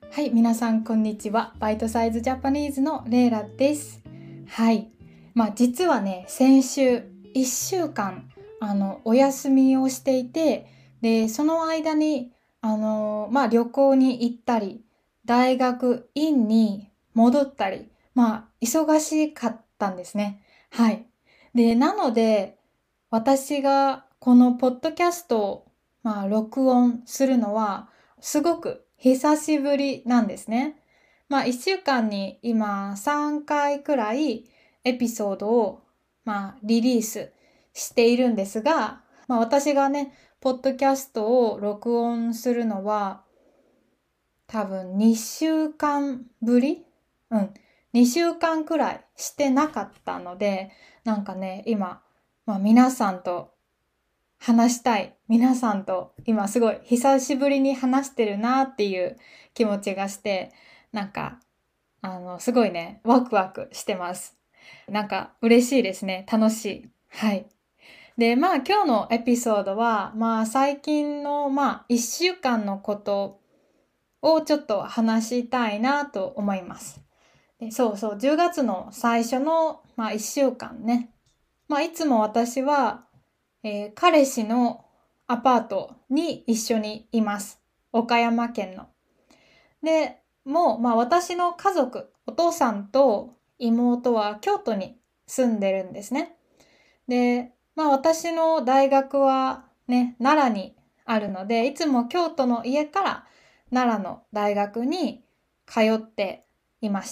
はい、皆さんこんにちは。バイトサイズジャパニーズのレイラです。はい、実はね、先週1週間お休みをしていて、でその間に旅行に行ったり、大学院に戻ったり、忙しかったんですね。はい。で、なので私がこのポッドキャストを録音するのはすごく久しぶりなんですね。1週間に今3回くらいエピソードをリリースしているんですが、私がね、ポッドキャストを録音するのは多分2週間ぶりうん、2週間くらいしてなかったので、なんかね、今、皆さんと話したい。皆さんと今すごい久しぶりに話してるなっていう気持ちがして、なんか、すごいね、ワクワクしてます。なんか嬉しいですね。楽しい。はい。で、今日のエピソードは、最近の1週間のことをちょっと話したいなと思います。で、そうそう、10月の最初の1週間ね。いつも私は彼氏のアパートに一緒にいます。岡山県の。で、もう、私の家族、お父さんと妹は京都に住んでるんですね。で、私の大学はね、奈良にあるので、いつも京都の家から奈良の大学に通っていました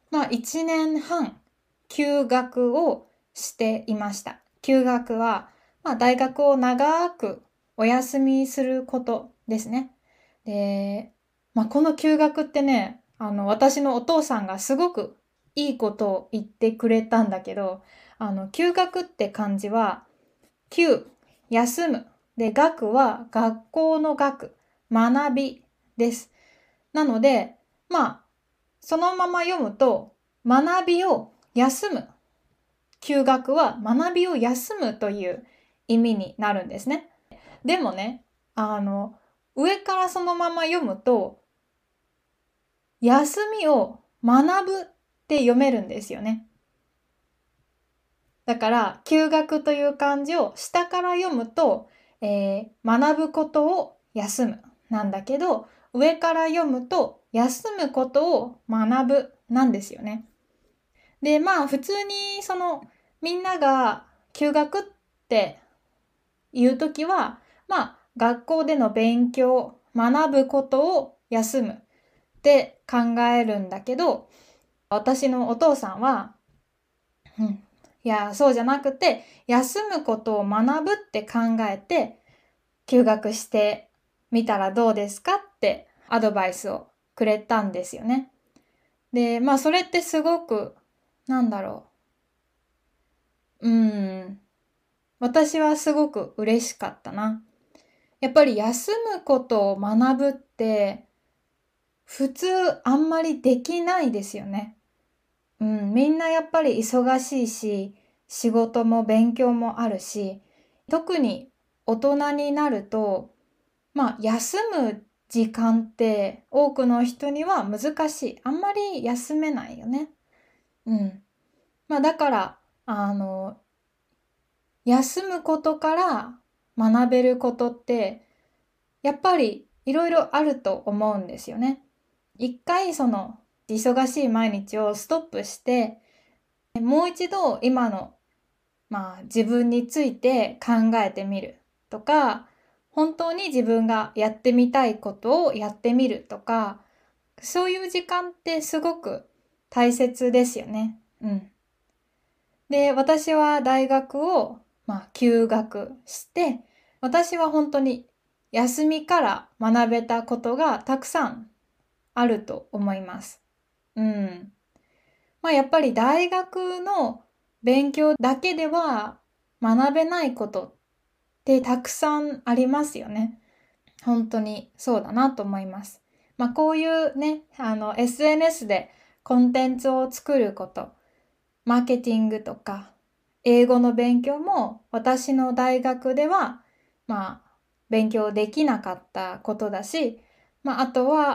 。1年半休学をしていました。休学は、大学を長くお休みすることですね。で、この休学ってね、私のお父さんがすごくいいことを言ってくれたんだけど、休学って漢字は、休、休む。で、学は学校の学、学びです。なので、そのまま読むと、学びを休む。休学は学びを休むという意味になるんですね。でもね、上からそのまま読むと、休みを学ぶって読めるんですよね。だから、休学という漢字を下から読むと、学ぶことを休むなんだけど、上から読むと、休むことを学ぶなんですよね。で、普通にみんなが休学っていうときは、学校での勉強、学ぶことを休むって考えるんだけど、私のお父さんは、いや、そうじゃなくて、休むことを学ぶって考えて、休学してみたらどうですかってアドバイスをくれたんですよね。で、それってすごく、なんだろう。私はすごく嬉しかったな。やっぱり休むことを学ぶって、普通あんまりできないですよね。みんなやっぱり忙しいし、仕事も勉強もあるし、特に大人になると、休む時間って多くの人には難しい。あんまり休めないよね。うん。だから、休むことから学べることって、やっぱりいろいろあると思うんですよね。一回忙しい毎日をストップして、もう一度今の自分について考えてみるとか、本当に自分がやってみたいことをやってみるとか、そういう時間ってすごく大切ですよね。うん。で、私は大学を休学して、私は本当に休みから学べたことがたくさんあると思います。うん。やっぱり大学の勉強だけでは学べないことってたくさんありますよね。本当にそうだなと思います。こういうね、SNS でコンテンツを作ること、マーケティングとか、英語の勉強も私の大学では、勉強できなかったことだし、あとは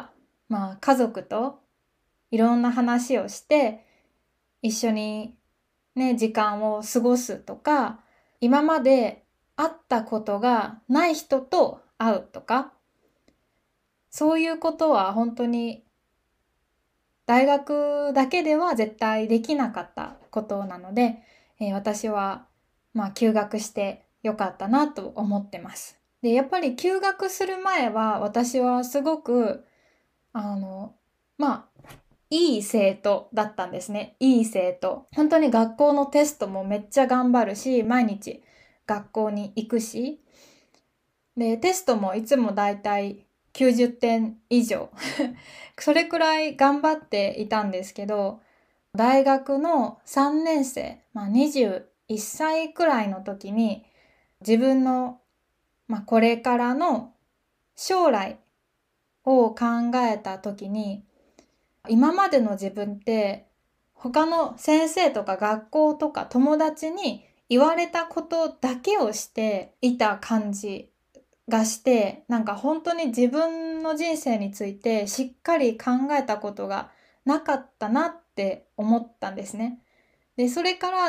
家族といろんな話をして一緒にね、時間を過ごすとか、今まで会ったことがない人と会うとか、そういうことは本当に大学だけでは絶対できなかったことなので、私は休学してよかったなと思ってます。で、やっぱり休学する前は私はすごくあの、まあ、いい生徒だったんですね。いい生徒。本当に学校のテストもめっちゃ頑張るし、毎日学校に行くし、で、テストもいつもだいたい90点以上。それくらい頑張っていたんですけど、大学の3年生、21歳くらいの時に、自分の、これからの将来を考えた時に、今までの自分って他の先生とか学校とか友達に言われたことだけをしていた感じがして、なんか本当に自分の人生についてしっかり考えたことがなかったなって思ったんですね。で、それから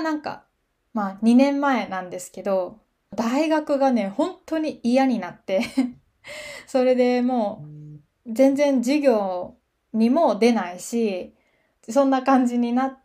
2年前なんですけど、大学がね、本当に嫌になってそれでもう全然授業にも出ないし、そんな感じになって、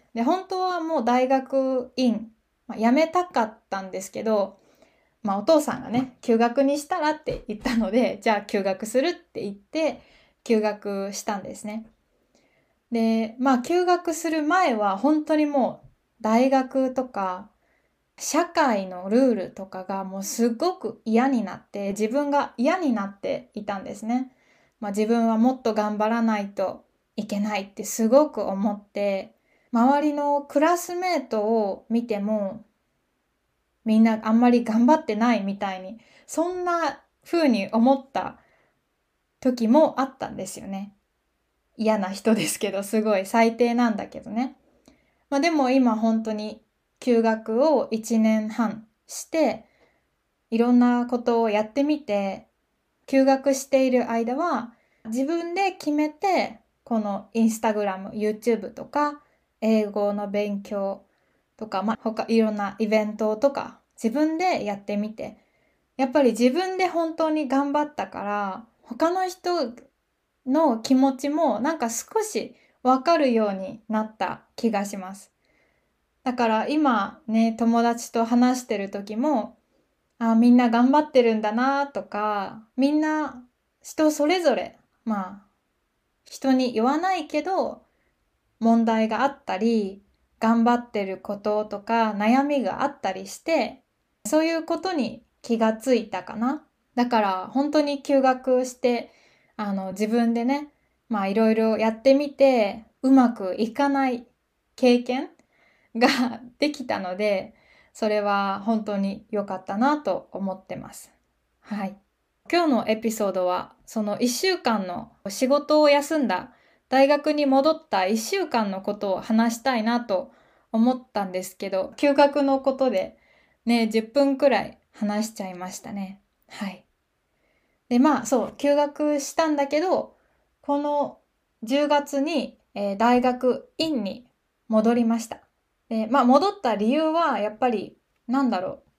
で、本当はもう大学院、辞めたかったんですけど、お父さんがね、休学にしたらって言ったので、じゃあ休学するって言って、休学したんですね。で、休学する前は本当にもう大学とか社会のルールとかがもうすごく嫌になって、自分が嫌になっていたんですね。自分はもっと頑張らないといけないってすごく思って、周りのクラスメートを見ても、みんなあんまり頑張ってないみたいに、そんな風に思った時もあったんですよね。嫌な人ですけど、すごい最低なんだけどね。でも今本当に休学を1年半して、いろんなことをやってみて、休学している間は自分で決めて、このインスタグラム、YouTube とか、英語の勉強とか、他いろんなイベントとか自分でやってみて、やっぱり自分で本当に頑張ったから、他の人の気持ちも少しわかるようになった気がします。だから今ね、友達と話してる時も、みんな頑張ってるんだなとか、みんな人それぞれ、人に言わないけど、問題があったり、頑張ってることとか悩みがあったりして、そういうことに気がついたかな。だから本当に休学して、自分でね、いろいろやってみて、うまくいかない経験ができたので、それは本当に良かったなと思ってます。はい。今日のエピソードは、その1週間の仕事を休んだ、大学に戻った1週間のことを話したいなと思ったんですけど、休学のことでね、10分くらい話しちゃいましたね。はい。で、そう、休学したんだけど、この10月に、大学院に戻りました。で、戻った理由は、やっぱり、なんだろ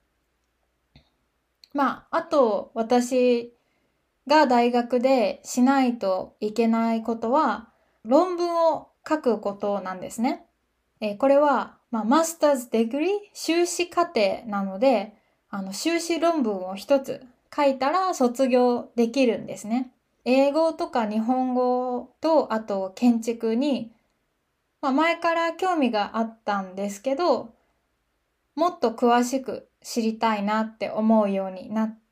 あと、私が大学でしないといけないことは、論文を書くことなんですね。これは、マスターズデグリー、修士課程なので、修士論文を一つ書いたら卒業できるんですね。英語とか日本語と、あと建築に、前から興味があったんですけど、もっと詳しく知りたいなって思うようになって、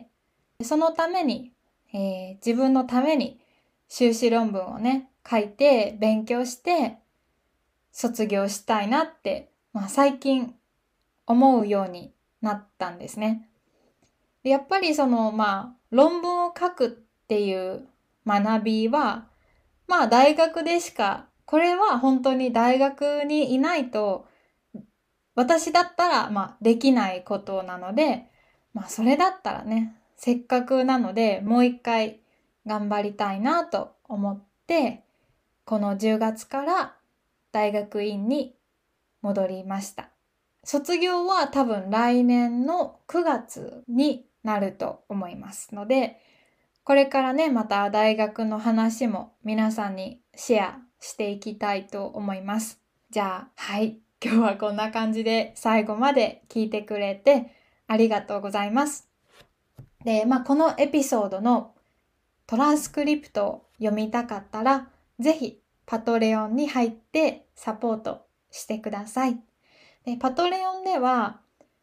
そのために、自分のために修士論文をね、書いて勉強して卒業したいなって、最近思うようになったんですね。でやっぱり論文を書くっていう学びは、大学でしか、これは本当に大学にいないと私だったら、できないことなので、それだったらね、せっかくなので、もう一回頑張りたいなと思って、この10月から大学院に戻りました。卒業は多分来年の9月になると思いますので、これからね、また大学の話も皆さんにシェアしていきたいと思います。じゃあ、はい。今日はこんな感じで最後まで聞いてくれてありがとうございます。で、このエピソードのトランスクリプトを読みたかったら、ぜひパトレオンに入ってサポートしてください。で、パトレオンでは、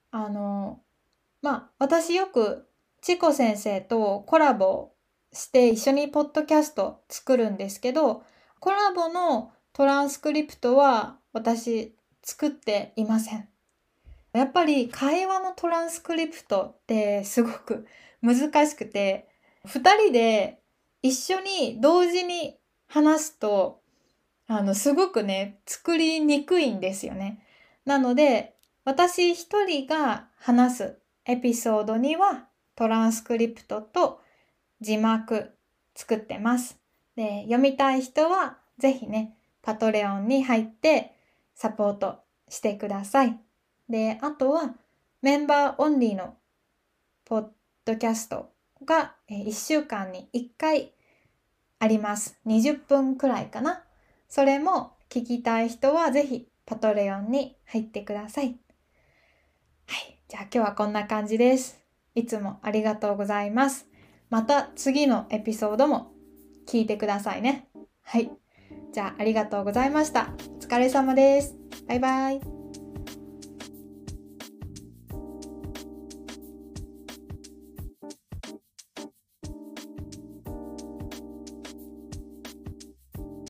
私よくチコ先生とコラボして一緒にポッドキャスト作るんですけど、コラボのトランスクリプトは私作っていません。やっぱり会話のトランスクリプトってすごく難しくて、2人で一緒に同時に話すと、すごくね、作りにくいんですよね。なので、私一人が話すエピソードにはトランスクリプトと字幕作ってます。で、読みたい人はぜひね、パトレオンに入ってサポートしてください。で、あとはメンバーオンリーのポッドキャストが1週間に1回あります。20分くらいかな。それも聞きたい人はぜひパトレオンに入ってください。はい。じゃあ今日はこんな感じです。いつもありがとうございます。また次のエピソードも聞いてくださいね。はい。じゃあありがとうございました。お疲れ様です。バイバイ。